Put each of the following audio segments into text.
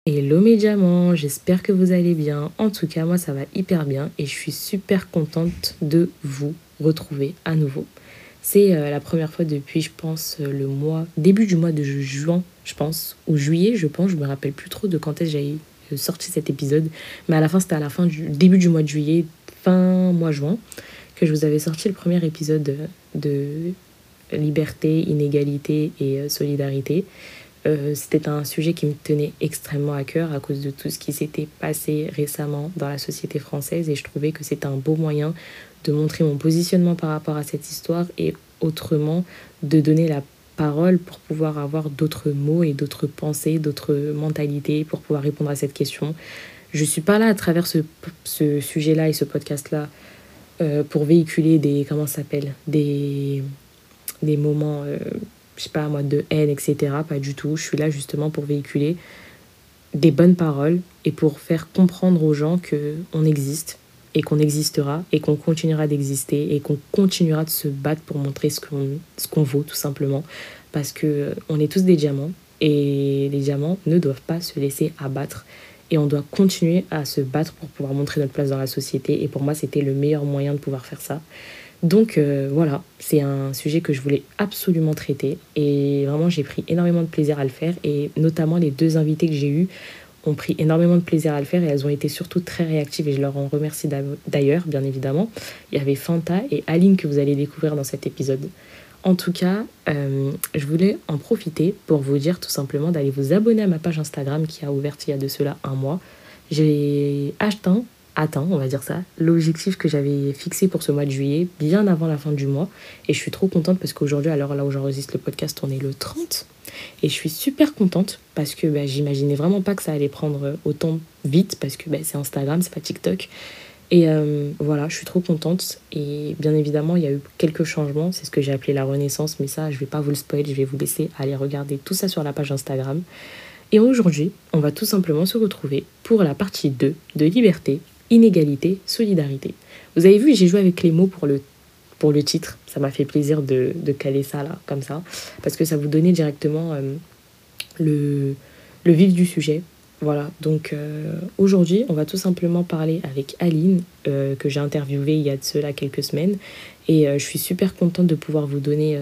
Hello mes diamants, j'espère que vous allez bien. En tout cas, moi ça va hyper bien et je suis super contente de vous retrouver à nouveau. C'est la première fois depuis, je pense, début du mois de juin, je pense, ou juillet, je pense, je me rappelle plus trop de quand est-ce que j'ai sorti cet épisode, mais à la fin, c'était à la fin du début du mois de juillet, fin mois juin, que je vous avais sorti le premier épisode de liberté, inégalité et solidarité. C'était un sujet qui me tenait extrêmement à cœur à cause de tout ce qui s'était passé récemment dans la société française et je trouvais que c'était un beau moyen de montrer mon positionnement par rapport à cette histoire et autrement de donner la parole pour pouvoir avoir d'autres mots et d'autres pensées, d'autres mentalités pour pouvoir répondre à cette question. Je suis pas là à travers ce sujet-là et ce podcast-là pour véhiculer comment ça s'appelle, des moments, je sais pas moi, de haine, etc. Pas du tout. Je suis là justement pour véhiculer des bonnes paroles et pour faire comprendre aux gens qu'on existe et qu'on existera et qu'on continuera d'exister et qu'on continuera de se battre pour montrer ce qu'on vaut tout simplement. Parce que on est tous des diamants et les diamants ne doivent pas se laisser abattre. Et on doit continuer à se battre pour pouvoir montrer notre place dans la société. Et pour moi, c'était le meilleur moyen de pouvoir faire ça. Donc voilà, c'est un sujet que je voulais absolument traiter et vraiment j'ai pris énormément de plaisir à le faire et notamment les deux invités que j'ai eus ont pris énormément de plaisir à le faire et elles ont été surtout très réactives et je leur en remercie d'ailleurs, bien évidemment. Il y avait Fanta et Aline que vous allez découvrir dans cet épisode. En tout cas, je voulais en profiter pour vous dire tout simplement d'aller vous abonner à ma page Instagram qui a ouvert il y a de cela un mois. J'ai atteint, on va dire ça, l'objectif que j'avais fixé pour ce mois de juillet, bien avant la fin du mois. Et je suis trop contente parce qu'aujourd'hui, à l'heure là où j'enregistre le podcast, on est le 30. Et je suis super contente parce que j'imaginais vraiment pas que ça allait prendre autant vite parce que c'est Instagram, c'est pas TikTok. Et voilà, je suis trop contente. Et bien évidemment, il y a eu quelques changements. C'est ce que j'ai appelé la renaissance. Mais ça, je vais pas vous le spoiler. Je vais vous laisser aller regarder tout ça sur la page Instagram. Et aujourd'hui, on va tout simplement se retrouver pour la partie 2 de liberté, inégalité, solidarité. Vous avez vu, j'ai joué avec les mots pour le titre. Ça m'a fait plaisir de caler ça là, comme ça. Parce que ça vous donnait directement le, le vif du sujet. Voilà, donc aujourd'hui, on va tout simplement parler avec Aline, que j'ai interviewée il y a de cela quelques semaines. Et je suis super contente de pouvoir vous donner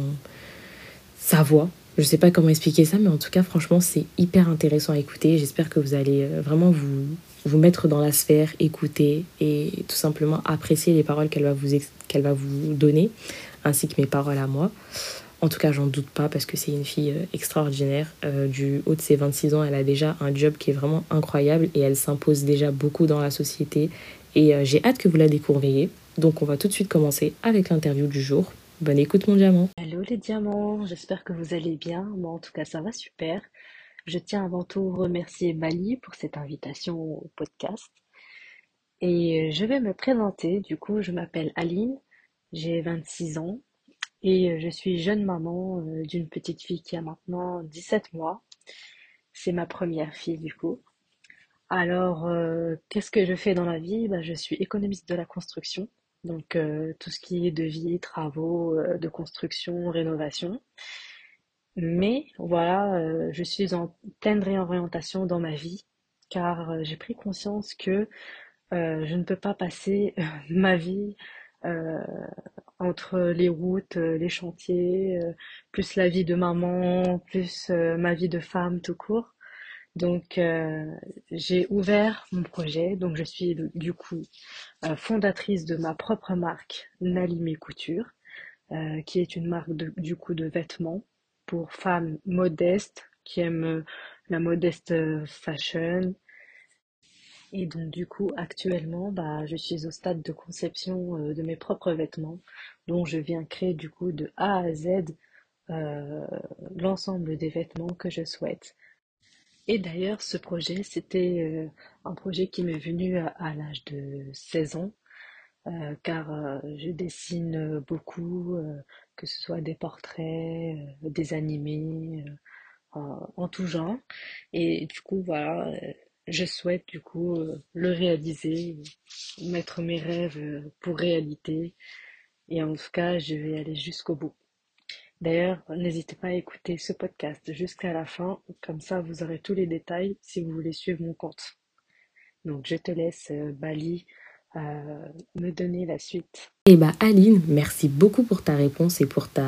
sa voix. Je sais pas comment expliquer ça, mais en tout cas, franchement, c'est hyper intéressant à écouter. J'espère que vous allez vraiment vous mettre dans la sphère, écouter et tout simplement apprécier les paroles qu'elle va vous donner, ainsi que mes paroles à moi. En tout cas, j'en doute pas parce que c'est une fille extraordinaire. Du haut de ses 26 ans, elle a déjà un job qui est vraiment incroyable et elle s'impose déjà beaucoup dans la société. Et j'ai hâte que vous la découvriez. Donc, on va tout de suite commencer avec l'interview du jour. Bonne écoute, mon diamant. Hello les diamants, j'espère que vous allez bien. Moi en tout cas ça va super. Je tiens avant tout à remercier Mali pour cette invitation au podcast. Et je vais me présenter. Du coup, je m'appelle Aline, j'ai 26 ans et je suis jeune maman d'une petite fille qui a maintenant 17 mois. C'est ma première fille du coup. Alors, qu'est-ce que je fais dans la vie? Je suis économiste de la construction. Donc, tout ce qui est devis, travaux, de construction, rénovation. Mais voilà, je suis en pleine réorientation dans ma vie, car j'ai pris conscience que je ne peux pas passer ma vie euh, entre les routes, les chantiers, plus la vie de maman, plus ma vie de femme tout court. Donc j'ai ouvert mon projet, donc je suis du coup fondatrice de ma propre marque Nalimé Couture, qui est une marque du coup de vêtements pour femmes modestes qui aiment la modeste fashion. Et donc du coup actuellement je suis au stade de conception de mes propres vêtements dont je viens créer du coup de A à Z euh, l'ensemble des vêtements que je souhaite. Et d'ailleurs ce projet c'était un projet qui m'est venu à l'âge de 16 ans car je dessine beaucoup, que ce soit des portraits, des animés, en tout genre. Et du coup, voilà, je souhaite du coup le réaliser, mettre mes rêves pour réalité. Et en tout cas, je vais aller jusqu'au bout. D'ailleurs, n'hésitez pas à écouter ce podcast jusqu'à la fin, comme ça vous aurez tous les détails si vous voulez suivre mon compte. Donc je te laisse, Bali, me donner la suite. Eh bah Aline, merci beaucoup pour ta réponse et pour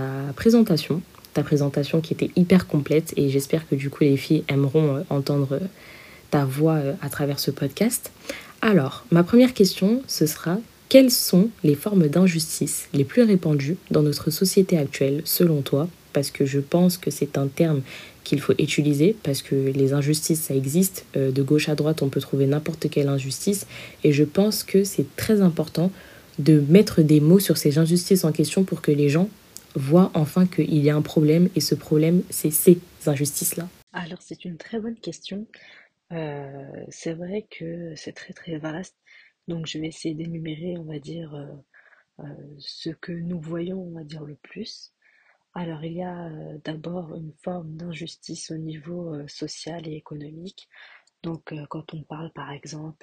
ta présentation qui était hyper complète et j'espère que du coup les filles aimeront entendre ta voix à travers ce podcast. Alors, ma première question, ce sera quelles sont les formes d'injustice les plus répandues dans notre société actuelle selon toi? Parce que je pense que c'est un terme qu'il faut utiliser parce que les injustices, ça existe. De gauche à droite, on peut trouver n'importe quelle injustice et je pense que c'est très important de mettre des mots sur ces injustices en question pour que les gens voient enfin qu'il y a un problème et ce problème, c'est ces injustices-là. Alors c'est une très bonne question. C'est vrai que c'est très très vaste. Donc je vais essayer d'énumérer, on va dire, ce que nous voyons, on va dire, le plus. Alors il y a d'abord une forme d'injustice au niveau social et économique. Donc quand on parle par exemple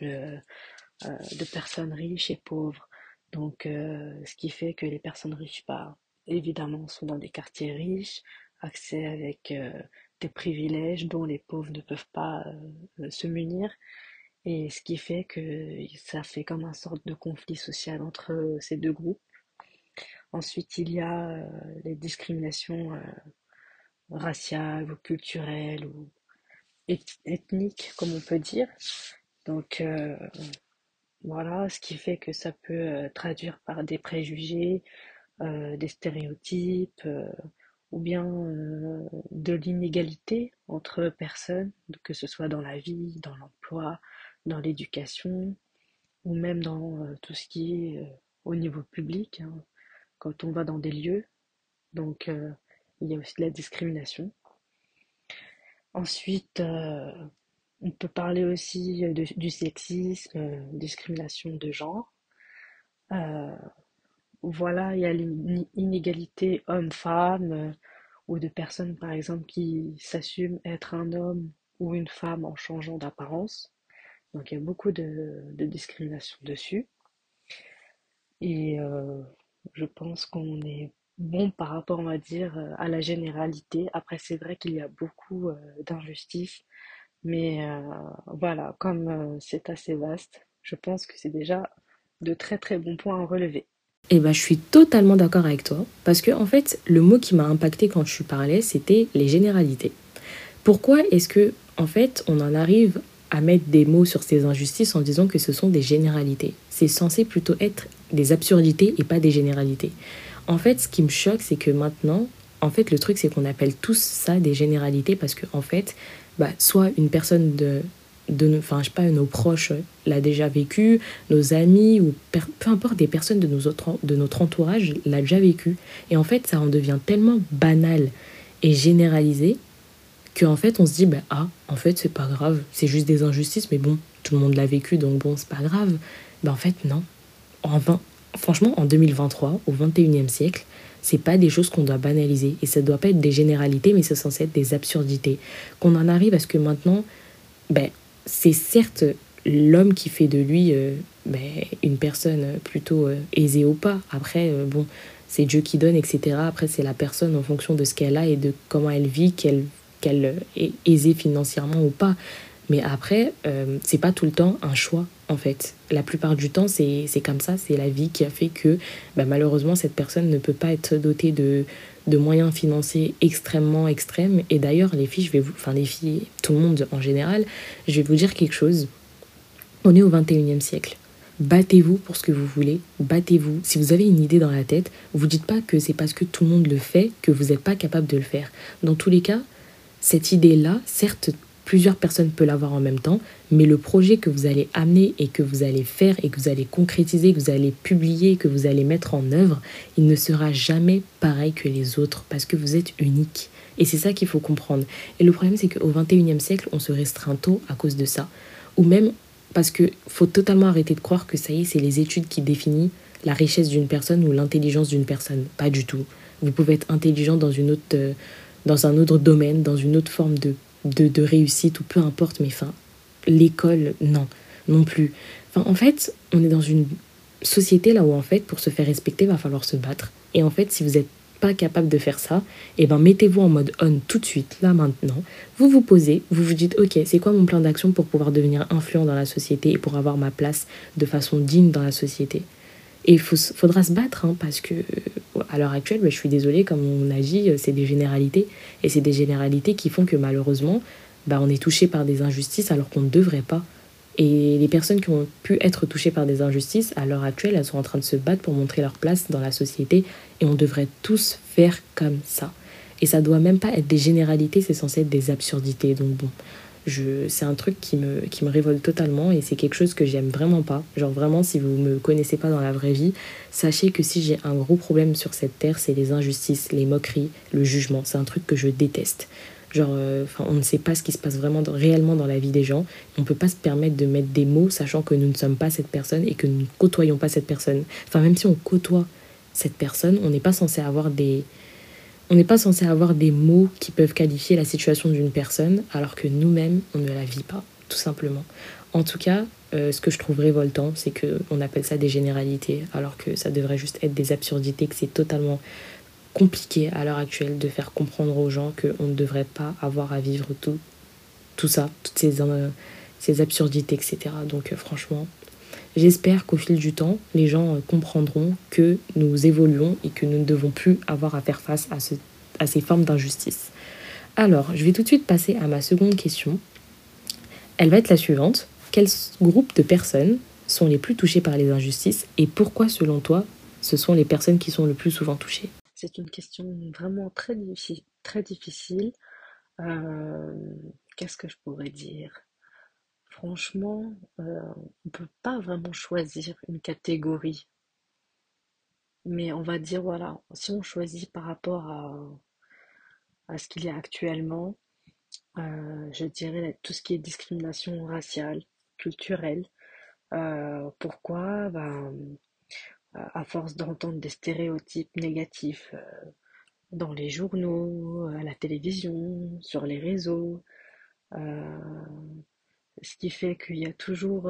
de personnes riches et pauvres, donc ce qui fait que les personnes riches, bah, évidemment, sont dans des quartiers riches, accès avec des privilèges dont les pauvres ne peuvent pas se munir. Et ce qui fait que ça fait comme un sorte de conflit social entre ces deux groupes. Ensuite, il y a les discriminations raciales ou culturelles ou ethniques, comme on peut dire. Donc voilà, ce qui fait que ça peut traduire par des préjugés, des stéréotypes, ou bien de l'inégalité entre personnes, que ce soit dans la vie, dans l'emploi, dans l'éducation, ou même dans tout ce qui est au niveau public, hein, quand on va dans des lieux. Donc, il y a aussi de la discrimination. Ensuite, on peut parler aussi du sexisme, discrimination de genre. Euh, voilà, il y a l'inégalité homme-femme, ou de personnes, par exemple, qui s'assument être un homme ou une femme en changeant d'apparence. Donc, il y a beaucoup de discrimination dessus. Et je pense qu'on est bon par rapport, on va dire, à la généralité. Après, c'est vrai qu'il y a beaucoup d'injustices, mais voilà, comme c'est assez vaste, je pense que c'est déjà de très très bons points à relever. Eh ben, je suis totalement d'accord avec toi, parce que en fait, le mot qui m'a impacté quand je parlais, c'était les généralités. Pourquoi est-ce que, en fait, on en arrive à mettre des mots sur ces injustices en disant que ce sont des généralités? C'est censé plutôt être des absurdités et pas des généralités. En fait, ce qui me choque, c'est que maintenant, en fait, le truc, c'est qu'on appelle tous ça des généralités parce que, en fait, bah, soit une personne enfin, je sais pas, nos proches l'a déjà vécu, nos amis ou peu importe des personnes de notre entourage l'a déjà vécu. Et en fait, ça en devient tellement banal et généralisé qu'en fait, on se dit, bah, ah, en fait, c'est pas grave, c'est juste des injustices, mais bon, tout le monde l'a vécu, donc bon, c'est pas grave. Bah, en fait, non. En 20 Franchement, en 2023, au 21e siècle, c'est pas des choses qu'on doit banaliser. Et ça doit pas être des généralités, mais c'est censé être des absurdités. Qu'on en arrive à ce que maintenant, ben, c'est certes l'homme qui fait de lui ben, une personne plutôt aisée ou pas. Après, bon, c'est Dieu qui donne, etc. Après, c'est la personne en fonction de ce qu'elle a et de comment elle vit, qu'elle est aisée financièrement ou pas. Mais après, c'est pas tout le temps un choix, en fait. La plupart du temps, c'est comme ça, c'est la vie qui a fait que bah, malheureusement, cette personne ne peut pas être dotée de moyens financiers extrêmement extrêmes. Et d'ailleurs, les filles, enfin les filles, tout le monde en général, je vais vous dire quelque chose. On est au 21e siècle. Battez-vous pour ce que vous voulez, battez-vous. Si vous avez une idée dans la tête, vous dites pas que c'est parce que tout le monde le fait que vous n'êtes pas capable de le faire. Dans tous les cas, cette idée-là, certes, plusieurs personnes peuvent l'avoir en même temps, mais le projet que vous allez amener et que vous allez faire et que vous allez concrétiser, que vous allez publier, que vous allez mettre en œuvre, il ne sera jamais pareil que les autres parce que vous êtes unique. Et c'est ça qu'il faut comprendre. Et le problème, c'est qu'au 21e siècle, on se restreint tôt à cause de ça. Ou même parce qu'il faut totalement arrêter de croire que ça y est, c'est les études qui définissent la richesse d'une personne ou l'intelligence d'une personne. Pas du tout. Vous pouvez être intelligent dans un autre domaine, dans une autre forme de réussite ou peu importe, mais enfin, l'école, non, non plus. Enfin, en fait, on est dans une société là où en fait, pour se faire respecter, il va falloir se battre. Et en fait, si vous êtes pas capable de faire ça, et ben mettez-vous en mode on tout de suite, là maintenant. Vous vous posez, vous vous dites ok, c'est quoi mon plan d'action pour pouvoir devenir influent dans la société et pour avoir ma place de façon digne dans la société. Et faudra se battre, hein, parce que à l'heure actuelle, je suis désolée, comme on agit, c'est des généralités. Et c'est des généralités qui font que malheureusement, on est touché par des injustices alors qu'on ne devrait pas. Et les personnes qui ont pu être touchées par des injustices, à l'heure actuelle, elles sont en train de se battre pour montrer leur place dans la société. Et on devrait tous faire comme ça. Et ça doit même pas être des généralités, c'est censé être des absurdités. Donc bon, c'est un truc qui me révolte totalement et c'est quelque chose que j'aime vraiment pas. Genre vraiment, si vous me connaissez pas dans la vraie vie, sachez que si j'ai un gros problème sur cette terre, c'est les injustices, les moqueries, le jugement. C'est un truc que je déteste. Genre, on ne sait pas ce qui se passe vraiment réellement dans la vie des gens. On peut pas se permettre de mettre des mots sachant que nous ne sommes pas cette personne et que nous ne côtoyons pas cette personne. Enfin, même si on côtoie cette personne, on n'est pas censé avoir des mots qui peuvent qualifier la situation d'une personne alors que nous-mêmes, on ne la vit pas, tout simplement. En tout cas, ce que je trouve révoltant, c'est qu'on appelle ça des généralités alors que ça devrait juste être des absurdités, que c'est totalement compliqué à l'heure actuelle de faire comprendre aux gens qu'on ne devrait pas avoir à vivre tout ça, toutes ces absurdités, etc. Donc franchement, j'espère qu'au fil du temps, les gens comprendront que nous évoluons et que nous ne devons plus avoir à faire face à ces formes d'injustice. Alors, je vais tout de suite passer à ma seconde question. Elle va être la suivante. Quels groupes de personnes sont les plus touchées par les injustices et pourquoi, selon toi, ce sont les personnes qui sont le plus souvent touchées? C'est une question vraiment très difficile, très difficile. Euh, Qu'est-ce que je pourrais dire? Franchement, on peut pas vraiment choisir une catégorie, mais on va dire voilà, si on choisit par rapport à ce qu'il y a actuellement, je dirais tout ce qui est discrimination raciale, culturelle. Pourquoi? À force d'entendre des stéréotypes négatifs dans les journaux, à la télévision, sur les réseaux, euh, ce qui fait qu'il y a toujours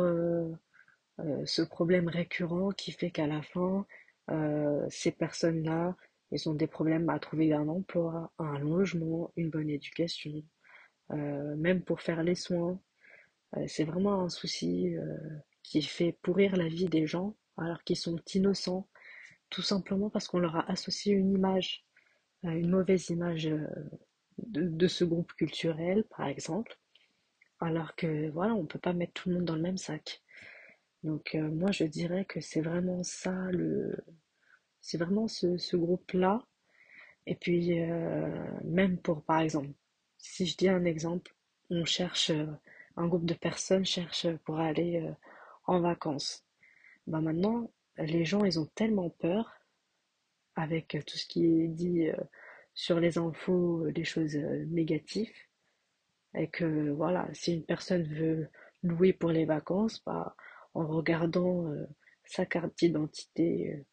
ce problème récurrent qui fait qu'à la fin, ces personnes-là, ils ont des problèmes à trouver un emploi, un logement, une bonne éducation, même pour faire les soins. C'est vraiment un souci qui fait pourrir la vie des gens alors qu'ils sont innocents, tout simplement parce qu'on leur a associé une image, une mauvaise image de ce groupe culturel, par exemple, alors que voilà, on peut pas mettre tout le monde dans le même sac. Donc moi je dirais que c'est vraiment ça c'est vraiment ce groupe-là. Et puis même pour par exemple, si je dis un exemple, on cherche un groupe de personnes cherche pour aller en vacances. Bah maintenant, les gens ils ont tellement peur avec tout ce qui est dit sur les infos, les choses négatives, et que voilà, si une personne veut louer pour les vacances, bah, en regardant sa carte d'identité,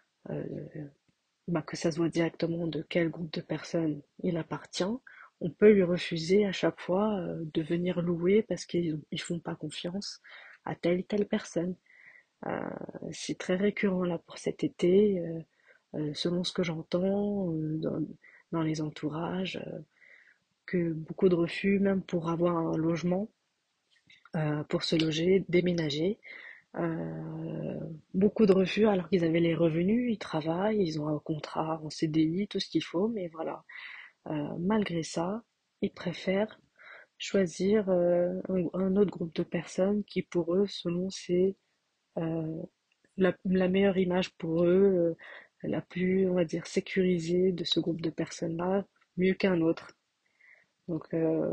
que ça se voit directement de quel groupe de personnes il appartient, on peut lui refuser à chaque fois de venir louer parce qu'ils font pas confiance à telle et telle personne. Euh, c'est très récurrent là pour cet été, selon ce que j'entends dans les entourages, que beaucoup de refus, même pour avoir un logement, pour se loger, déménager. Euh, Beaucoup de refus alors qu'ils avaient les revenus, ils travaillent, ils ont un contrat en CDI, tout ce qu'il faut, mais voilà. Malgré ça, ils préfèrent choisir un autre groupe de personnes qui pour eux, selon c'est euh, la meilleure image pour eux, la plus, on va dire, sécurisée de ce groupe de personnes-là, mieux qu'un autre. Donc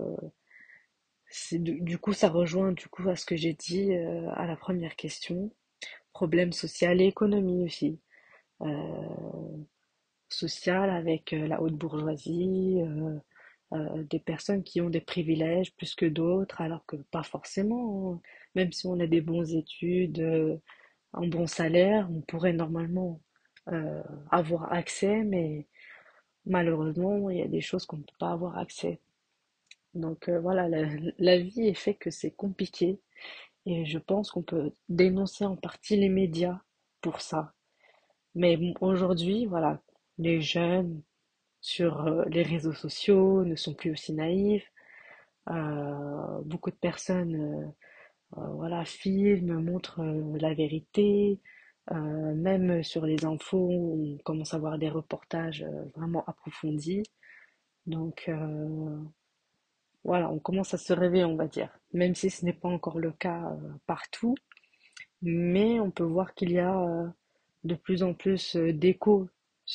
du coup, ça rejoint du coup à ce que j'ai dit à la première question. Problème social et économie aussi. Euh, Social avec la haute bourgeoisie, des personnes qui ont des privilèges plus que d'autres, alors que pas forcément, hein. Même si on a des bonnes études, un bon salaire, on pourrait normalement euh, avoir accès, mais malheureusement, il y a des choses qu'on ne peut pas avoir accès. Donc voilà, la vie est fait que c'est compliqué et je pense qu'on peut dénoncer en partie les médias pour ça. Mais bon, aujourd'hui, voilà, les jeunes sur les réseaux sociaux ne sont plus aussi naïfs. Beaucoup de personnes voilà, filment, montrent la vérité. Même sur les infos, on commence à voir des reportages vraiment approfondis. Donc voilà, on commence à se réveiller, on va dire. Même si ce n'est pas encore le cas partout, mais on peut voir qu'il y a de plus en plus d'écho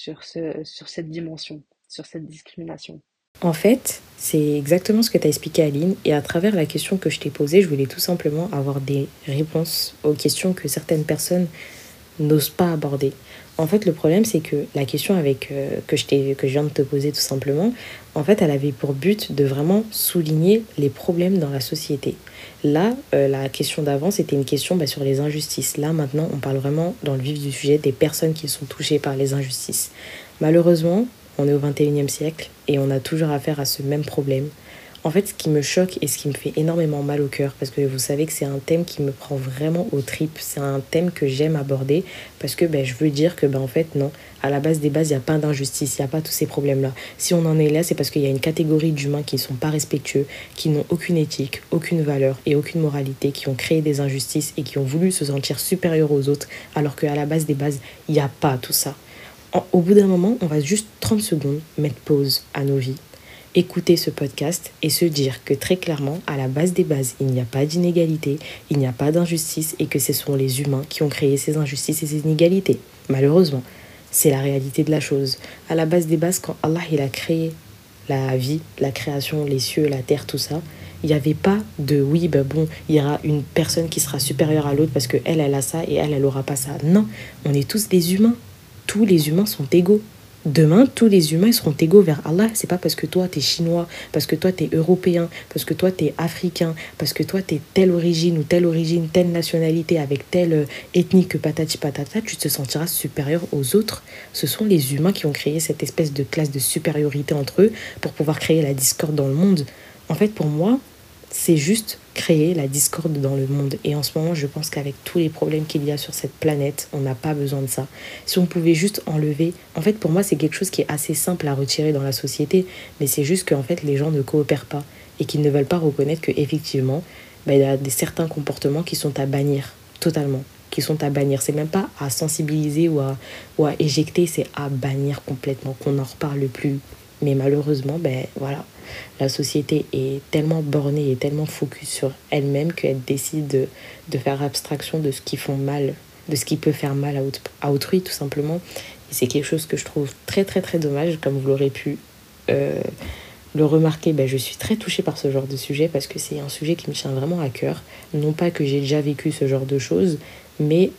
sur cette dimension, sur cette discrimination. En fait, c'est exactement ce que tu as expliqué, Aline, et à travers la question que je t'ai posée, je voulais tout simplement avoir des réponses aux questions que certaines personnes n'osent pas aborder. En fait, le problème, c'est que la question que je viens de te poser tout simplement, en fait, elle avait pour but de vraiment souligner les problèmes dans la société. Là, la question d'avant, c'était une question sur les injustices. Là, maintenant, on parle vraiment dans le vif du sujet des personnes qui sont touchées par les injustices. Malheureusement, on est au 21e siècle et on a toujours affaire à ce même problème. En fait, ce qui me choque et ce qui me fait énormément mal au cœur, parce que vous savez que c'est un thème qui me prend vraiment aux tripes, c'est un thème que j'aime aborder, parce que je veux dire que en fait, non, à la base des bases, il n'y a pas d'injustice, il n'y a pas tous ces problèmes-là. Si on en est là, c'est parce qu'il y a une catégorie d'humains qui ne sont pas respectueux, qui n'ont aucune éthique, aucune valeur et aucune moralité, qui ont créé des injustices et qui ont voulu se sentir supérieurs aux autres, alors qu'à la base des bases, il n'y a pas tout ça. Au bout d'un moment, on va juste 30 secondes mettre pause à nos vies, écouter ce podcast et se dire que très clairement, à la base des bases, il n'y a pas d'inégalité, il n'y a pas d'injustice et que ce sont les humains qui ont créé ces injustices et ces inégalités. Malheureusement, c'est la réalité de la chose. À la base des bases, quand Allah il a créé la vie, la création, les cieux, la terre, tout ça, il n'y avait pas de oui, bon, il y aura une personne qui sera supérieure à l'autre parce que elle a ça et elle aura pas ça. Non, on est tous des humains. Tous les humains sont égaux. Demain, tous les humains seront égaux vers Allah. C'est pas parce que toi, t'es chinois, parce que toi, t'es européen, parce que toi, t'es africain, parce que toi, t'es telle origine, telle nationalité, avec telle ethnie que patati patata, tu te sentiras supérieur aux autres. Ce sont les humains qui ont créé cette espèce de classe de supériorité entre eux pour pouvoir créer la discorde dans le monde. En fait, pour moi, c'est juste créer la discorde dans le monde. Et en ce moment, je pense qu'avec tous les problèmes qu'il y a sur cette planète, on n'a pas besoin de ça. Si on pouvait juste enlever... En fait, pour moi, c'est quelque chose qui est assez simple à retirer dans la société, mais c'est juste qu'en fait, les gens ne coopèrent pas et qu'ils ne veulent pas reconnaître qu'effectivement, il y a certains comportements qui sont à bannir totalement, qui sont à bannir. C'est même pas à sensibiliser ou à éjecter, c'est à bannir complètement, qu'on n'en reparle plus. Mais malheureusement, voilà, la société est tellement bornée et tellement focus sur elle-même qu'elle décide de faire abstraction de ce qui font mal, de ce qui peut faire mal à autrui tout simplement. Et c'est quelque chose que je trouve très très très dommage, comme vous l'aurez pu euh, le remarquer. Je suis très touchée par ce genre de sujet parce que c'est un sujet qui me tient vraiment à cœur. Non pas que j'ai déjà vécu ce genre de choses, mais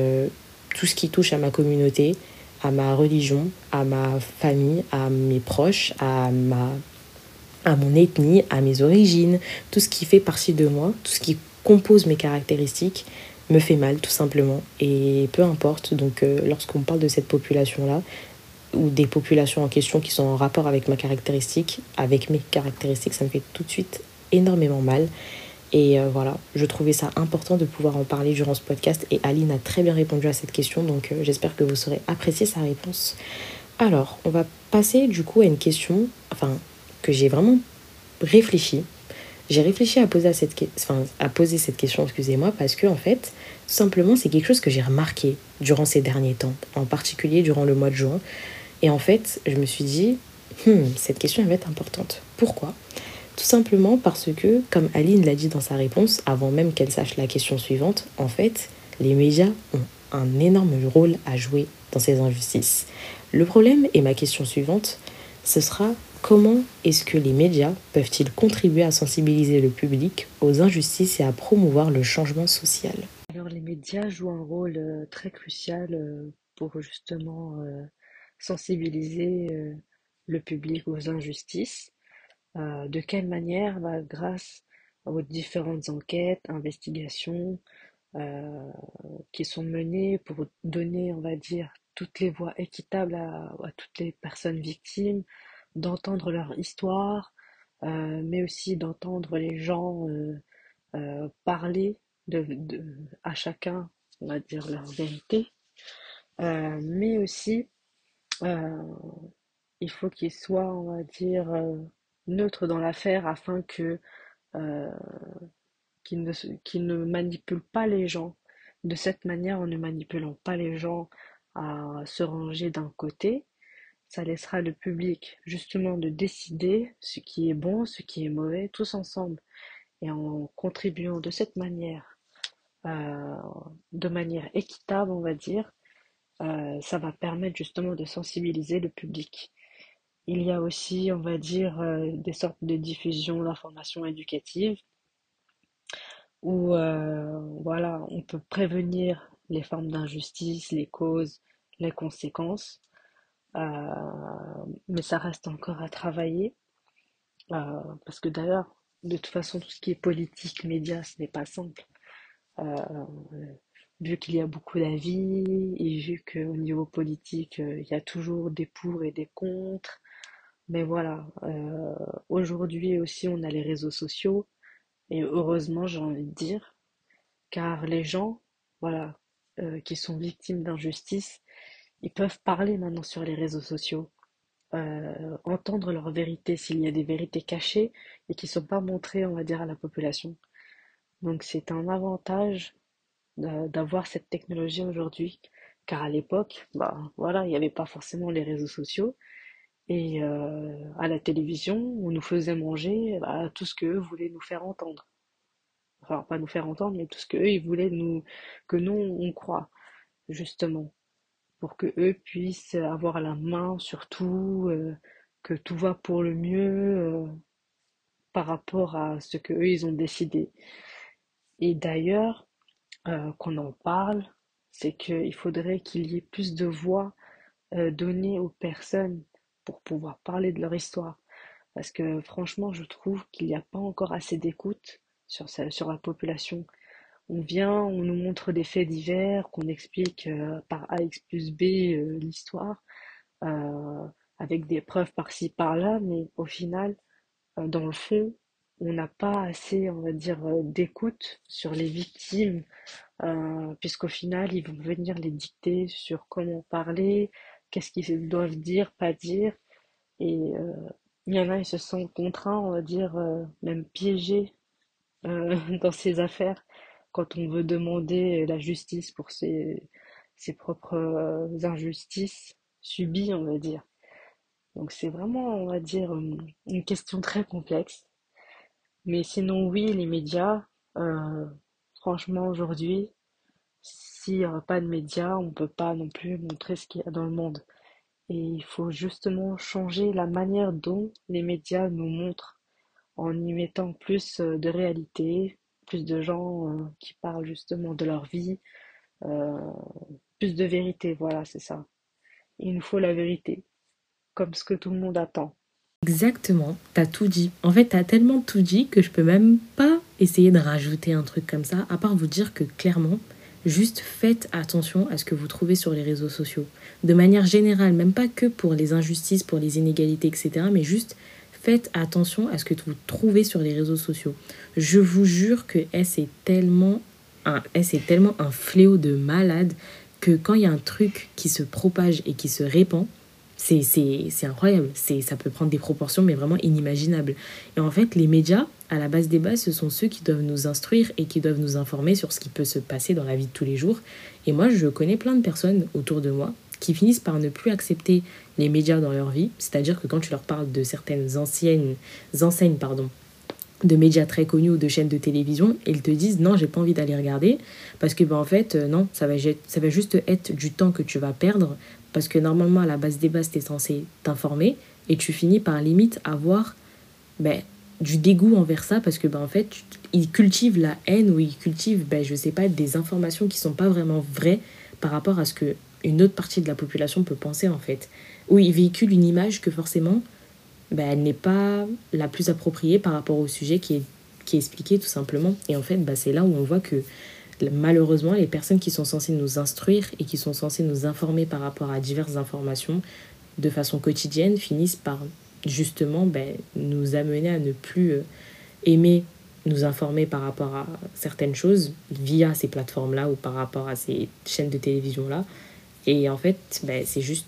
tout ce qui touche à ma communauté, à ma religion, à ma famille, à mes proches, à mon ethnie, à mes origines, tout ce qui fait partie de moi, tout ce qui compose mes caractéristiques me fait mal tout simplement. Et peu importe, donc lorsqu'on parle de cette population-là, ou des populations en question qui sont en rapport avec ma caractéristique, avec mes caractéristiques, ça me fait tout de suite énormément mal. Et voilà, je trouvais ça important de pouvoir en parler durant ce podcast et Aline a très bien répondu à cette question, donc j'espère que vous saurez apprécier sa réponse. Alors, on va passer du coup à une question, enfin, que j'ai vraiment réfléchi. J'ai réfléchi à poser, à poser cette question, excusez-moi, parce que en fait, simplement, c'est quelque chose que j'ai remarqué durant ces derniers temps, en particulier durant le mois de juin. Et en fait, je me suis dit, cette question elle va être importante. Pourquoi? Tout simplement parce que, comme Aline l'a dit dans sa réponse, avant même qu'elle sache la question suivante, en fait, les médias ont un énorme rôle à jouer dans ces injustices. Le problème, et ma question suivante, ce sera comment est-ce que les médias peuvent-ils contribuer à sensibiliser le public aux injustices et à promouvoir le changement social? Alors les médias jouent un rôle très crucial pour justement sensibiliser le public aux injustices. De quelle manière? Grâce aux différentes enquêtes, investigations qui sont menées pour donner, on va dire, toutes les voies équitables à toutes les personnes victimes, d'entendre leur histoire, mais aussi d'entendre les gens parler à chacun, on va dire, leur vérité, mais aussi Euh, il faut qu'il soit, on va dire, neutre dans l'affaire afin que euh, qu'il ne manipule pas les gens de cette manière, en ne manipulant pas les gens à se ranger d'un côté. Ça laissera le public justement de décider ce qui est bon, ce qui est mauvais, tous ensemble. Et en contribuant de cette manière, euh, de manière équitable, on va dire, ça va permettre justement de sensibiliser le public. Il y a aussi, on va dire, des sortes de diffusion d'informations éducatives où, voilà, on peut prévenir les formes d'injustice, les causes, les conséquences, mais ça reste encore à travailler. Parce que d'ailleurs, de toute façon, tout ce qui est politique, médias, ce n'est pas simple. Euh, Vu qu'il y a beaucoup d'avis et vu qu'au niveau politique, il y a toujours des pour et des contre. Mais voilà, aujourd'hui aussi, on a les réseaux sociaux et heureusement, j'ai envie de dire, car les gens, voilà, qui sont victimes d'injustice, ils peuvent parler maintenant sur les réseaux sociaux, entendre leur vérité s'il y a des vérités cachées et qui ne sont pas montrées, on va dire, à la population. Donc c'est un avantage d'avoir cette technologie aujourd'hui, car à l'époque, bah voilà, il n'y avait pas forcément les réseaux sociaux et à la télévision, on nous faisait manger bah, tout ce qu'eux voulaient nous faire entendre. Enfin, pas nous faire entendre, mais tout ce qu'eux, ils voulaient que nous, on croit, justement, pour que eux puissent avoir la main sur tout, que tout va pour le mieux, par rapport à ce que eux, ils ont décidé. Et d'ailleurs, qu'on en parle, c'est qu'il faudrait qu'il y ait plus de voix données aux personnes pour pouvoir parler de leur histoire. Parce que franchement, je trouve qu'il n'y a pas encore assez d'écoute sur la population. On vient, on nous montre des faits divers, qu'on explique par A x plus B l'histoire, euh, avec des preuves par-ci par-là, mais au final, dans le fond, on n'a pas assez, on va dire, d'écoute sur les victimes, puisqu'au final, ils vont venir les dicter sur comment parler, qu'est-ce qu'ils doivent dire, pas dire, et il y en a, ils se sentent contraints, on va dire, même piégés dans ces affaires quand on veut demander la justice pour ses propres injustices subies, on va dire. Donc c'est vraiment, on va dire, une question très complexe. Mais sinon, oui, les médias, euh, franchement, aujourd'hui, s'il n'y a pas de médias, on ne peut pas non plus montrer ce qu'il y a dans le monde. Et il faut justement changer la manière dont les médias nous montrent en y mettant plus de réalité, plus de gens qui parlent justement de leur vie, euh, plus de vérité, voilà, c'est ça. Il nous faut la vérité, comme ce que tout le monde attend. Exactement, t'as tout dit. En fait, t'as tellement tout dit que je peux même pas essayer de rajouter un truc comme ça, à part vous dire que clairement, juste faites attention à ce que vous trouvez sur les réseaux sociaux. De manière générale, même pas que pour les injustices, pour les inégalités, etc., mais juste faites attention à ce que vous trouvez sur les réseaux sociaux. Je vous jure que c'est tellement un fléau de malade que quand il y a un truc qui se propage et qui se répand, c'est incroyable. Ça peut prendre des proportions, mais vraiment inimaginables. Et en fait, les médias, à la base des bases, ce sont ceux qui doivent nous instruire et qui doivent nous informer sur ce qui peut se passer dans la vie de tous les jours. Et moi, je connais plein de personnes autour de moi qui finissent par ne plus accepter les médias dans leur vie. C'est-à-dire que quand tu leur parles de certaines anciennes enseignes, pardon, de médias très connus ou de chaînes de télévision, et ils te disent non, j'ai pas envie d'aller regarder parce que en fait non, ça va juste être du temps que tu vas perdre parce que normalement à la base des bases t'es censé t'informer et tu finis par limite avoir ben, du dégoût envers ça parce que en fait ils cultivent la haine ou ils cultivent je sais pas des informations qui sont pas vraiment vraies par rapport à ce que une autre partie de la population peut penser en fait, où ils véhiculent une image que forcément elle n'est pas la plus appropriée par rapport au sujet qui est expliqué tout simplement. Et en fait, c'est là où on voit que malheureusement, les personnes qui sont censées nous instruire et qui sont censées nous informer par rapport à diverses informations de façon quotidienne finissent par justement nous amener à ne plus aimer nous informer par rapport à certaines choses via ces plateformes-là ou par rapport à ces chaînes de télévision-là. Et en fait, c'est juste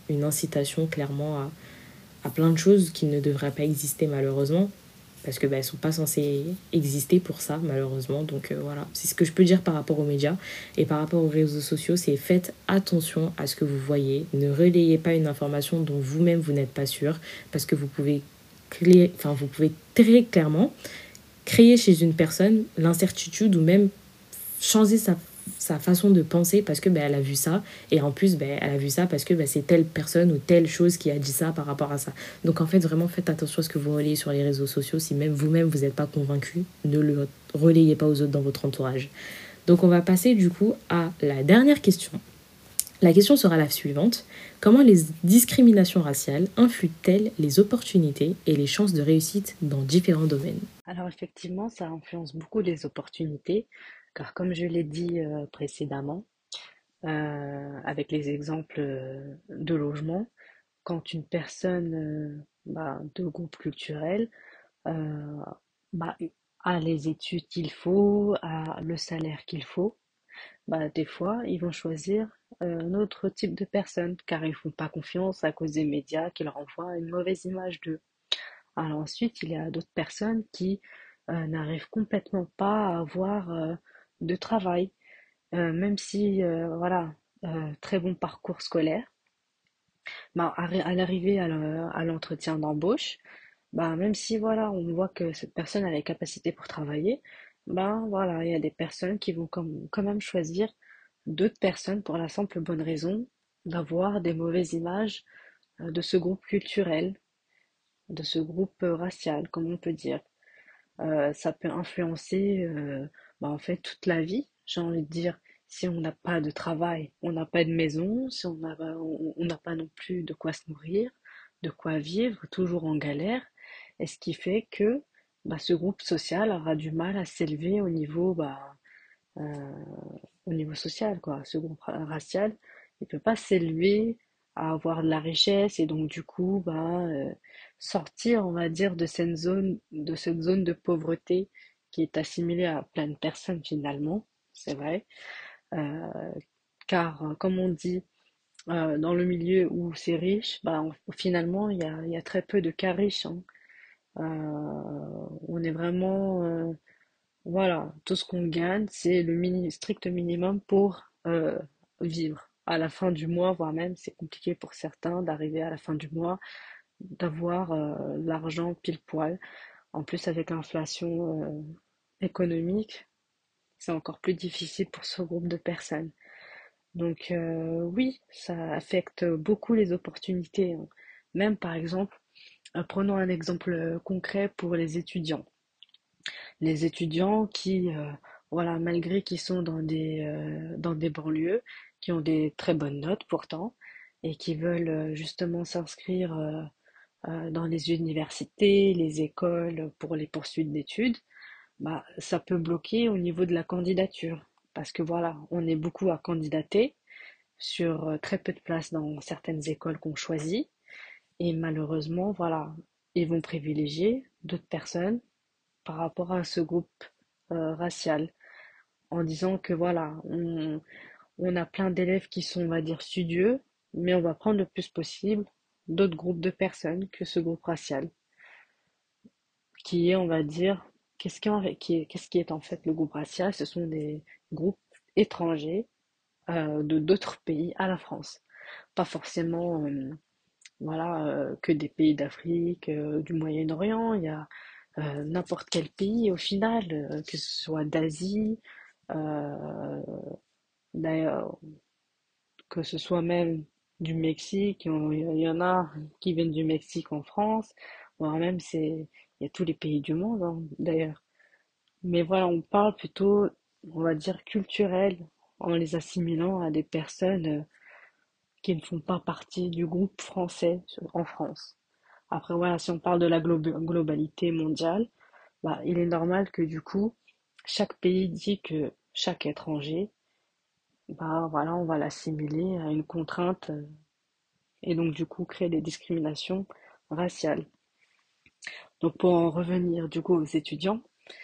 une incitation clairement à plein de choses qui ne devraient pas exister malheureusement, parce que elles sont pas censées exister pour ça malheureusement. Donc voilà, c'est ce que je peux dire par rapport aux médias et par rapport aux réseaux sociaux, c'est faites attention à ce que vous voyez, ne relayez pas une information dont vous-même vous n'êtes pas sûr, parce que vous pouvez très clairement créer chez une personne l'incertitude ou même changer sa façon de penser parce que elle a vu ça et en plus elle a vu ça parce que c'est telle personne ou telle chose qui a dit ça par rapport à ça. Donc en fait vraiment faites attention à ce que vous relayez sur les réseaux sociaux. Si même vous-même vous n'êtes pas convaincu, ne le relayez pas aux autres dans votre entourage. Donc on va passer du coup à la dernière question. La question sera la suivante. Comment les discriminations raciales influent-elles les opportunités et les chances de réussite dans différents domaines? Alors effectivement, ça influence beaucoup les opportunités, car comme je l'ai dit précédemment, avec les exemples de logement, quand une personne de groupe culturel euh, bah, a les études qu'il faut, a le salaire qu'il faut, des fois, ils vont choisir un autre type de personne, car ils font pas confiance à cause des médias qui leur envoient une mauvaise image d'eux. Alors ensuite, il y a d'autres personnes qui n'arrivent complètement pas à avoir de travail, même si, voilà, très bon parcours scolaire, à l'arrivée à l'entretien d'embauche, même si voilà, on voit que cette personne a les capacités pour travailler, voilà, il y a des personnes qui vont quand même choisir d'autres personnes pour la simple bonne raison d'avoir des mauvaises images de ce groupe culturel, de ce groupe racial, comme on peut dire. Ça peut influencer en fait toute la vie, j'ai envie de dire. Si on n'a pas de travail, on n'a pas de maison, si on n'a pas non plus de quoi se nourrir, de quoi vivre, toujours en galère, et ce qui fait que ce groupe social aura du mal à s'élever euh, au niveau social, quoi. Ce groupe racial, il peut pas s'élever à avoir de la richesse et donc du coup, sortir, on va dire, de cette zone de pauvreté qui est assimilée à plein de personnes finalement, c'est vrai. Euh, car, comme on dit, dans le milieu où c'est riche, finalement, il y a très peu de cas riches, hein. On est vraiment voilà, tout ce qu'on gagne, c'est le strict minimum pour vivre. À la fin du mois, voire même, c'est compliqué pour certains d'arriver à la fin du mois, d'avoir l'argent pile poil. En plus, avec l'inflation économique, c'est encore plus difficile pour ce groupe de personnes. Donc oui, ça affecte beaucoup les opportunités, hein. Même par exemple, prenons un exemple concret pour les étudiants. Les étudiants qui, voilà, malgré qu'ils sont dans des banlieues, qui ont des très bonnes notes pourtant, et qui veulent justement s'inscrire dans les universités, les écoles pour les poursuites d'études, ça peut bloquer au niveau de la candidature. Parce que voilà, on est beaucoup à candidater sur très peu de places dans certaines écoles qu'on choisit. Et malheureusement, voilà, ils vont privilégier d'autres personnes par rapport à ce groupe racial, en disant que voilà, on a plein d'élèves qui sont, on va dire, studieux, mais on va prendre le plus possible d'autres groupes de personnes que ce groupe racial, qui est, on va dire, qu'est-ce qui est en fait le groupe racial? Ce sont des groupes étrangers de d'autres pays à la France. Pas forcément que des pays d'Afrique, du Moyen-Orient, il y a n'importe quel pays au final, que ce soit d'Asie, euh, d'ailleurs, que ce soit même du Mexique, il y en a qui viennent du Mexique en France, voire même il y a tous les pays du monde, hein, d'ailleurs. Mais voilà, on parle plutôt, on va dire, culturel, en les assimilant à des personnes qui ne font pas partie du groupe français en France. Après, voilà, si on parle de la globalité mondiale, il est normal que du coup, chaque pays dit que chaque étranger, voilà, on va l'assimiler à une contrainte et donc du coup créer des discriminations raciales. Donc pour en revenir du coup aux étudiants,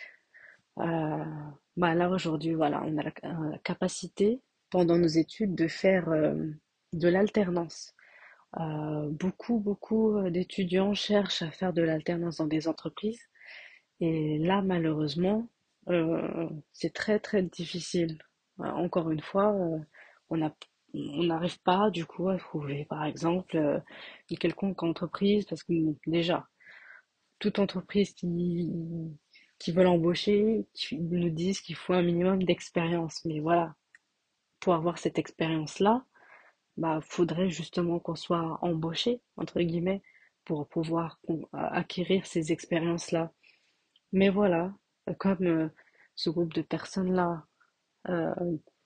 euh, là aujourd'hui, voilà, on a la capacité pendant nos études de faire de l'alternance. Beaucoup d'étudiants cherchent à faire de l'alternance dans des entreprises. Et là, malheureusement, c'est très très difficile. Encore une fois, on a, on n'arrive pas du coup à trouver, par exemple, une quelconque entreprise, parce que déjà, toute entreprise qui veulent embaucher, qui nous disent qu'il faut un minimum d'expérience. Mais voilà, pour avoir cette expérience-là, bah, faudrait justement qu'on soit embauché, entre guillemets, pour pouvoir acquérir ces expériences-là. Mais voilà, comme ce groupe de personnes-là euh,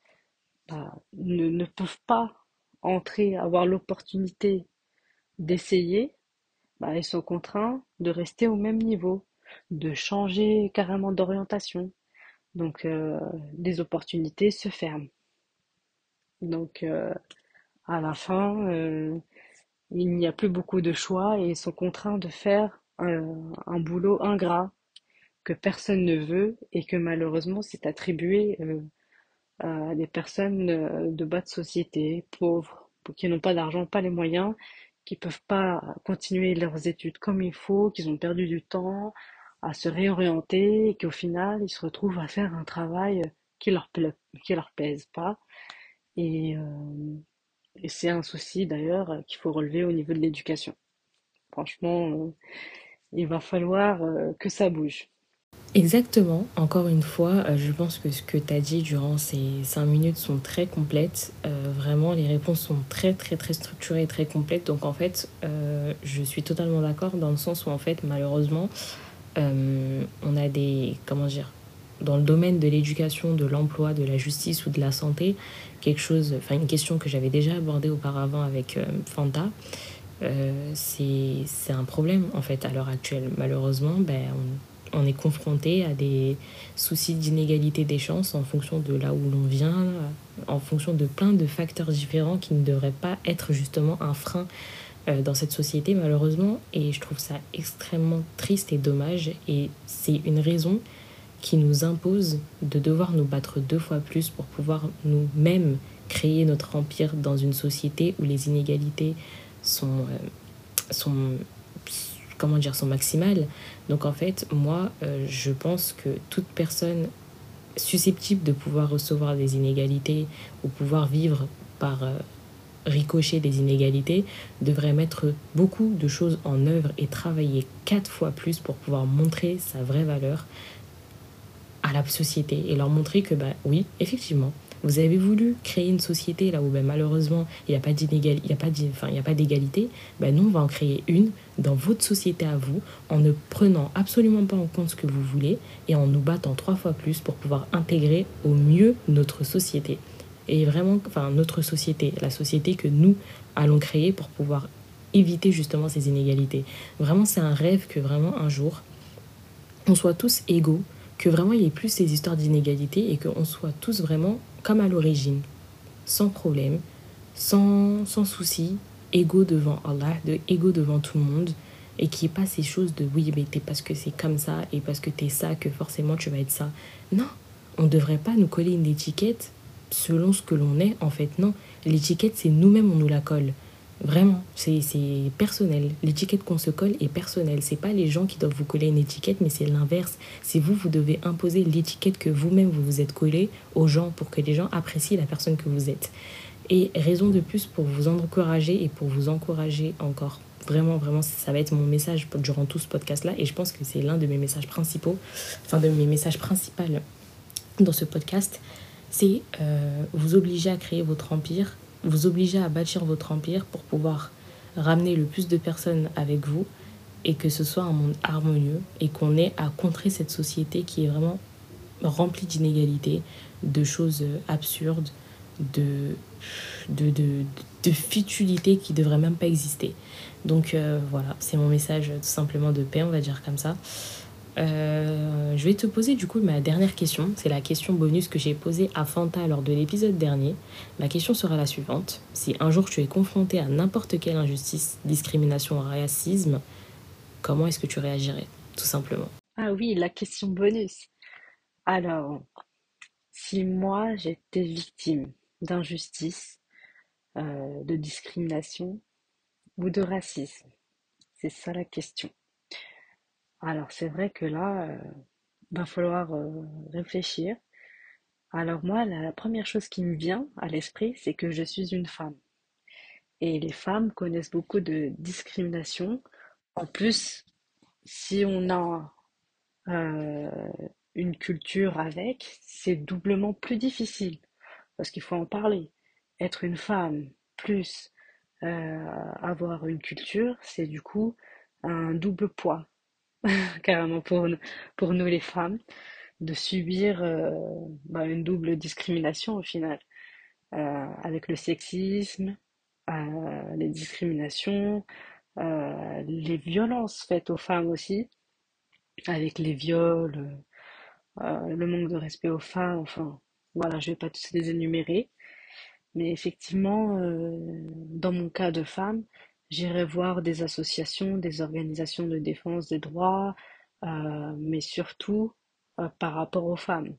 ne peuvent pas entrer, avoir l'opportunité d'essayer, bah, ils sont contraints de rester au même niveau, de changer carrément d'orientation. Donc, les opportunités se ferment. Donc, à la fin, il n'y a plus beaucoup de choix et ils sont contraints de faire un boulot ingrat que personne ne veut et que malheureusement c'est attribué à des personnes de bas de société, pauvres, qui n'ont pas d'argent, pas les moyens, qui peuvent pas continuer leurs études comme il faut, qui ont perdu du temps à se réorienter et qu'au final ils se retrouvent à faire un travail qui leur plaise pas. Et, euh, et c'est un souci d'ailleurs qu'il faut relever au niveau de l'éducation. Franchement, il va falloir que ça bouge. Exactement, encore une fois, je pense que ce que tu as dit durant ces 5 minutes sont très complètes. Vraiment, les réponses sont très très très structurées et très complètes. Donc en fait, je suis totalement d'accord dans le sens où en fait, malheureusement, on a des, comment dire, dans le domaine de l'éducation, de l'emploi, de la justice ou de la santé, quelque chose, enfin une question que j'avais déjà abordée auparavant avec Fanta, c'est un problème en fait à l'heure actuelle. Malheureusement, ben, on est confronté à des soucis d'inégalité des chances en fonction de là où l'on vient, en fonction de plein de facteurs différents qui ne devraient pas être justement un frein dans cette société malheureusement. Et je trouve ça extrêmement triste et dommage. Et c'est une raison qui nous impose de devoir nous battre 2 fois plus pour pouvoir nous-mêmes créer notre empire dans une société où les inégalités sont comment dire, sont maximales. Donc en fait, moi, je pense que toute personne susceptible de pouvoir recevoir des inégalités ou pouvoir vivre par ricochet des inégalités devrait mettre beaucoup de choses en œuvre et travailler 4 fois plus pour pouvoir montrer sa vraie valeur à la société et leur montrer que, bah oui, effectivement, vous avez voulu créer une société là où bah, malheureusement il n'y a pas d'inégalité, il y a pas d'égalité, bah, nous on va en créer une dans votre société à vous en ne prenant absolument pas en compte ce que vous voulez et en nous battant 3 fois plus pour pouvoir intégrer au mieux notre société. Et vraiment, enfin notre société, la société que nous allons créer pour pouvoir éviter justement ces inégalités. Vraiment c'est un rêve que vraiment un jour on soit tous égaux, que vraiment il y ait plus ces histoires d'inégalité et qu'on soit tous vraiment comme à l'origine, sans problème, sans souci, égaux devant Allah, égaux devant tout le monde, et qu'il n'y ait pas ces choses de oui, mais t'es parce que c'est comme ça et parce que t'es ça que forcément tu vas être ça. Non, on ne devrait pas nous coller une étiquette selon ce que l'on est, en fait, non. L'étiquette, c'est nous-mêmes, on nous la colle. Vraiment, c'est personnel. L'étiquette qu'on se colle est personnelle. C'est pas les gens qui doivent vous coller une étiquette, mais c'est l'inverse. C'est vous, vous devez imposer l'étiquette que vous-même vous vous êtes collé aux gens pour que les gens apprécient la personne que vous êtes. Et raison de plus pour vous encourager et pour vous encourager encore. Vraiment, vraiment, ça va être mon message durant tout ce podcast-là. Et je pense que c'est l'un de mes messages principaux, enfin de mes messages principaux dans ce podcast. C'est vous obliger à créer votre empire, vous obliger à bâtir votre empire pour pouvoir ramener le plus de personnes avec vous et que ce soit un monde harmonieux et qu'on ait à contrer cette société qui est vraiment remplie d'inégalités, de choses absurdes, de, de, de futilité qui ne devrait même pas exister. Donc voilà, c'est mon message tout simplement de paix, on va dire comme ça. Je vais te poser du coup ma dernière question. C'est la question bonus que j'ai posée à Fanta lors de l'épisode dernier. Ma question sera la suivante. Si un jour tu es confronté à n'importe quelle injustice, discrimination, racisme, comment est-ce que tu réagirais? Tout simplement. Ah oui, la question bonus. Alors, si moi j'étais victime d'injustice, de discrimination, ou de racisme? C'est ça la question. Alors c'est vrai que là, va falloir réfléchir. Alors moi, la première chose qui me vient à l'esprit, c'est que je suis une femme. Et les femmes connaissent beaucoup de discrimination. En plus, si on a euh, une culture avec, c'est doublement plus difficile parce qu'il faut en parler. Être une femme plus avoir une culture, c'est du coup un double poids, carrément pour nous les femmes, de subir une double discrimination au final, avec le sexisme, les discriminations, les violences faites aux femmes aussi, avec les viols, le manque de respect aux femmes, enfin, voilà, je vais pas tous les énumérer, mais effectivement, dans mon cas de femme, j'irai voir des associations, des organisations de défense des droits, mais surtout par rapport aux femmes.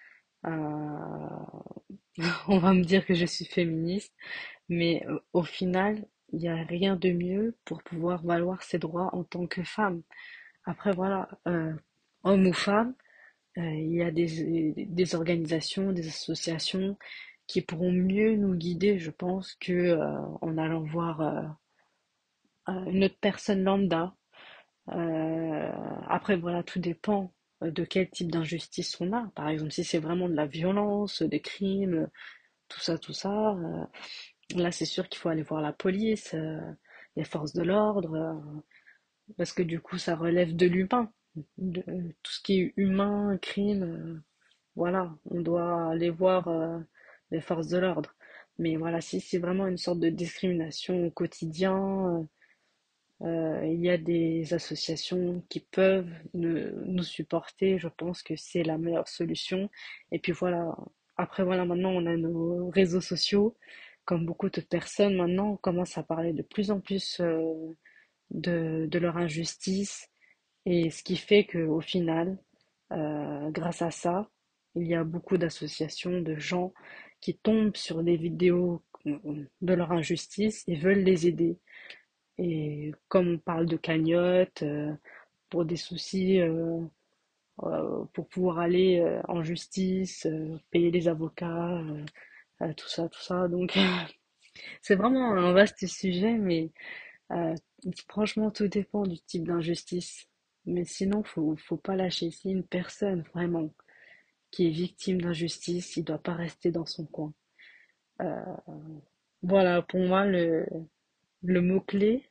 Euh, on va me dire que je suis féministe, mais au final, il n'y a rien de mieux pour pouvoir valoir ses droits en tant que femme. Après, voilà, homme ou femme, il y a des organisations, des associations qui pourront mieux nous guider, je pense, que en allant voir une autre personne lambda. Euh, Après, voilà, tout dépend de quel type d'injustice on a. Par exemple, si c'est vraiment de la violence, des crimes, tout ça, là, c'est sûr qu'il faut aller voir la police, les forces de l'ordre, parce que du coup, ça relève de l'humain. Tout ce qui est humain, crime, voilà, on doit aller voir les forces de l'ordre. Mais voilà, si c'est vraiment une sorte de discrimination au quotidien, il y a des associations qui peuvent nous supporter. Je pense que c'est la meilleure solution. Et puis voilà, après voilà, maintenant on a nos réseaux sociaux. Comme beaucoup de personnes maintenant, on commence à parler de plus en plus de leur injustice. Et ce qui fait qu'au final, grâce à ça, il y a beaucoup d'associations, de gens qui tombent sur des vidéos de leur injustice et veulent les aider. Et comme on parle de cagnotte, pour des soucis, pour pouvoir aller en justice, payer les avocats, tout ça. Donc c'est vraiment un vaste sujet, mais euh, franchement, tout dépend du type d'injustice. Mais sinon, faut pas lâcher. Si une personne vraiment qui est victime d'injustice, il doit pas rester dans son coin. Euh, voilà, pour moi, le mot-clé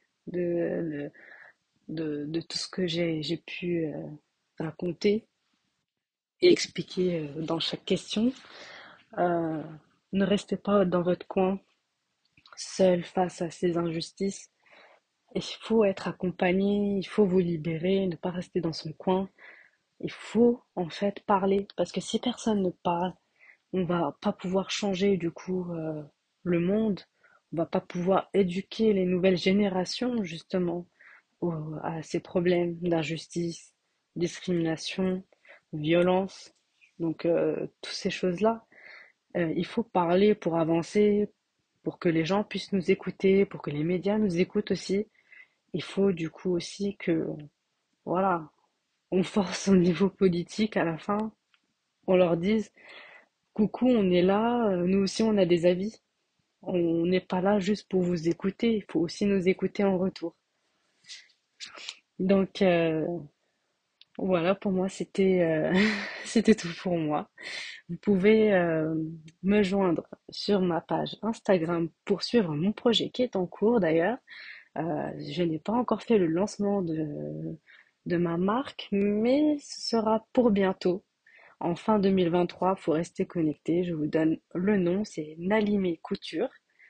de tout ce que j'ai pu raconter et expliquer dans chaque question. Euh, Ne restez pas dans votre coin, seul face à ces injustices. Il faut être accompagné, il faut vous libérer, ne pas rester dans son coin. Il faut en fait parler, parce que si personne ne parle, on va pas pouvoir changer du coup le monde, on va pas pouvoir éduquer les nouvelles générations justement à ces problèmes d'injustice, discrimination, violence. Donc toutes ces choses-là, il faut parler pour avancer, pour que les gens puissent nous écouter, pour que les médias nous écoutent aussi. Il faut du coup aussi que, voilà, on force au niveau politique à la fin, on leur dise, coucou, on est là, nous aussi on a des avis. On n'est pas là juste pour vous écouter, il faut aussi nous écouter en retour. Donc voilà, pour moi c'était c'était tout pour moi. Vous pouvez me joindre sur ma page Instagram pour suivre mon projet qui est en cours d'ailleurs. Je n'ai pas encore fait le lancement de ma marque, mais ce sera pour bientôt. En fin 2023, faut rester connecté. Je vous donne le nom, c'est Nalimé Couture,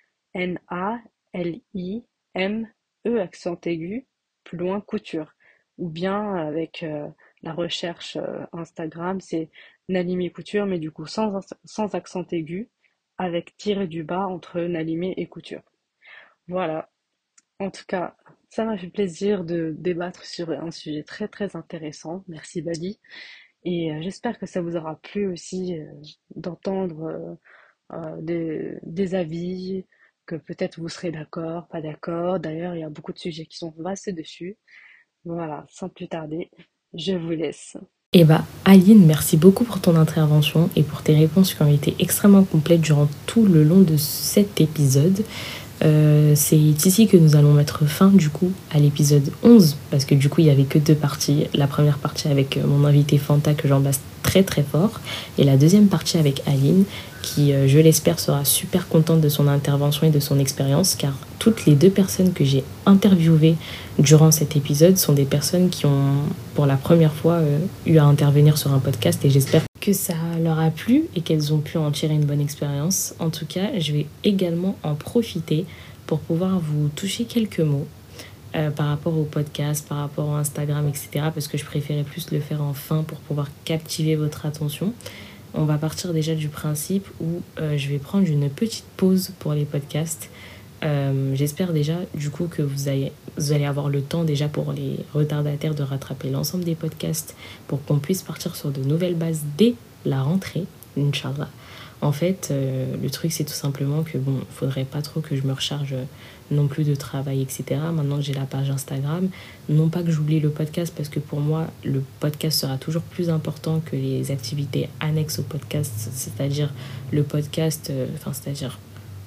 Nalime, accent aigu, plus loin couture. Ou bien avec la recherche Instagram, c'est Nalimé Couture, mais du coup sans accent aigu, avec tiré du bas entre Nalimé et couture. Voilà. En tout cas, ça m'a fait plaisir de débattre sur un sujet très très intéressant. Merci Bali. Et j'espère que ça vous aura plu aussi d'entendre des avis, que peut-être vous serez d'accord, pas d'accord. D'ailleurs, il y a beaucoup de sujets qui sont vastes dessus. Voilà, sans plus tarder, je vous laisse. Eh bah, Aline, merci beaucoup pour ton intervention et pour tes réponses qui ont été extrêmement complètes durant tout le long de cet épisode. C'est ici que nous allons mettre fin du coup à l'épisode 11 parce que du coup il n'y avait que deux parties. La première partie avec mon invité Fanta que j'embrasse très très fort et la deuxième partie avec Aline qui je l'espère sera super contente de son intervention et de son expérience car toutes les deux personnes que j'ai interviewées durant cet épisode sont des personnes qui ont pour la première fois eu à intervenir sur un podcast et j'espère que ça leur a plu et qu'elles ont pu en tirer une bonne expérience. En tout cas, je vais également en profiter pour pouvoir vous toucher quelques mots par rapport au podcast, par rapport au Instagram, etc. Parce que je préférais plus le faire en fin pour pouvoir captiver votre attention. On va partir déjà du principe où je vais prendre une petite pause pour les podcasts. J'espère déjà du coup que vous allez avoir le temps déjà pour les retardataires de rattraper l'ensemble des podcasts pour qu'on puisse partir sur de nouvelles bases dès la rentrée, Inch'Allah. En fait, le truc c'est tout simplement que bon, faudrait pas trop que je me recharge non plus de travail, etc. Maintenant que j'ai la page Instagram, non pas que j'oublie le podcast parce que pour moi, le podcast sera toujours plus important que les activités annexes au podcast, c'est-à-dire le podcast, c'est-à-dire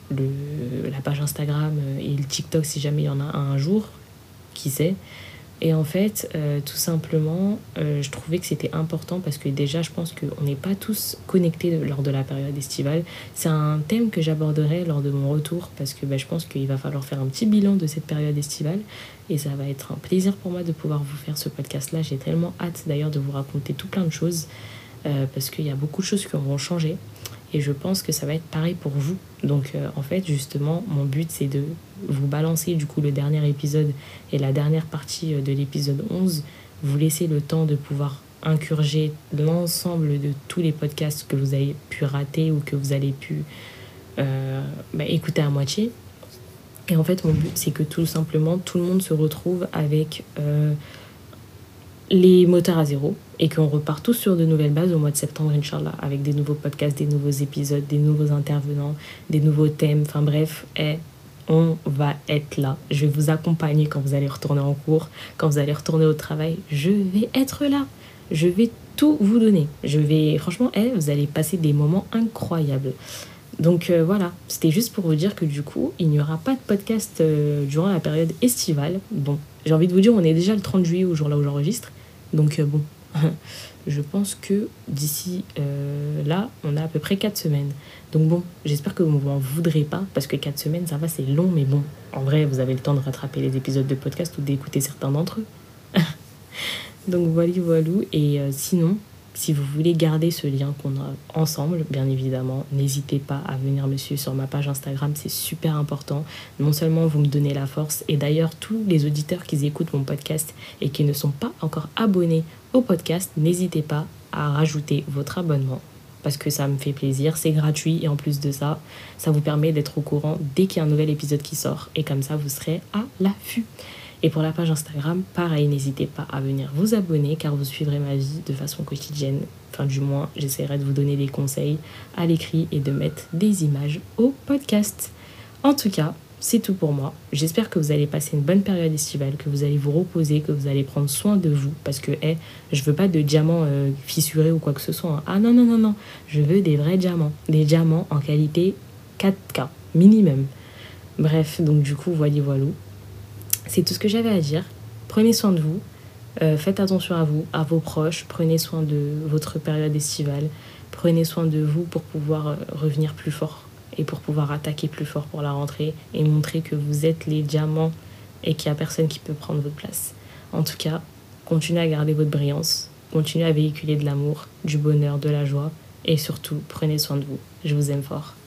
la page Instagram et le TikTok si jamais il y en a un jour, qui sait. Et en fait, tout simplement, je trouvais que c'était important parce que déjà, je pense qu'on n'est pas tous connectés lors de la période estivale. C'est un thème que j'aborderai lors de mon retour parce que je pense qu'il va falloir faire un petit bilan de cette période estivale et ça va être un plaisir pour moi de pouvoir vous faire ce podcast-là. J'ai tellement hâte d'ailleurs de vous raconter tout plein de choses parce qu'il y a beaucoup de choses qui auront changé. Et je pense que ça va être pareil pour vous. Donc en fait, justement, mon but, c'est de vous balancer du coup le dernier épisode et la dernière partie de l'épisode 11. Vous laisser le temps de pouvoir incurger l'ensemble de tous les podcasts que vous avez pu rater ou que vous avez pu écouter à moitié. Et en fait, mon but, c'est que tout simplement, tout le monde se retrouve avec les moteurs à zéro et qu'on repart tous sur de nouvelles bases au mois de septembre, Inch'Allah, avec des nouveaux podcasts, des nouveaux épisodes, des nouveaux intervenants, des nouveaux thèmes, enfin bref, on va être là. Je vais vous accompagner quand vous allez retourner en cours, quand vous allez retourner au travail, je vais être là. Je vais tout vous donner. Franchement, vous allez passer des moments incroyables. Donc voilà, c'était juste pour vous dire que du coup, il n'y aura pas de podcast durant la période estivale. Bon, j'ai envie de vous dire, on est déjà le 30 juillet au jour là où j'enregistre. Donc bon, je pense que d'ici là, on a à peu près 4 semaines. Donc bon, j'espère que vous ne m'en voudrez pas, parce que 4 semaines, ça va, c'est long, mais bon, en vrai, vous avez le temps de rattraper les épisodes de podcast ou d'écouter certains d'entre eux. Donc voilà, et sinon, si vous voulez garder ce lien qu'on a ensemble, bien évidemment, n'hésitez pas à venir me suivre sur ma page Instagram, c'est super important. Non seulement vous me donnez la force, et d'ailleurs tous les auditeurs qui écoutent mon podcast et qui ne sont pas encore abonnés au podcast, n'hésitez pas à rajouter votre abonnement parce que ça me fait plaisir, c'est gratuit et en plus de ça, ça vous permet d'être au courant dès qu'il y a un nouvel épisode qui sort et comme ça vous serez à l'affût. Et pour la page Instagram, pareil, n'hésitez pas à venir vous abonner car vous suivrez ma vie de façon quotidienne. Enfin, du moins, j'essaierai de vous donner des conseils à l'écrit et de mettre des images au podcast. En tout cas, c'est tout pour moi. J'espère que vous allez passer une bonne période estivale, que vous allez vous reposer, que vous allez prendre soin de vous. Parce que, je veux pas de diamants fissurés ou quoi que ce soit. Hein. Ah non, non, non, non. Je veux des vrais diamants. Des diamants en qualité 4K, minimum. Bref, donc du coup, voilà. C'est tout ce que j'avais à dire. Prenez soin de vous. Faites attention à vous, à vos proches. Prenez soin de votre période estivale. Prenez soin de vous pour pouvoir revenir plus fort et pour pouvoir attaquer plus fort pour la rentrée et montrer que vous êtes les diamants et qu'il n'y a personne qui peut prendre votre place. En tout cas, continuez à garder votre brillance. Continuez à véhiculer de l'amour, du bonheur, de la joie. Et surtout, prenez soin de vous. Je vous aime fort.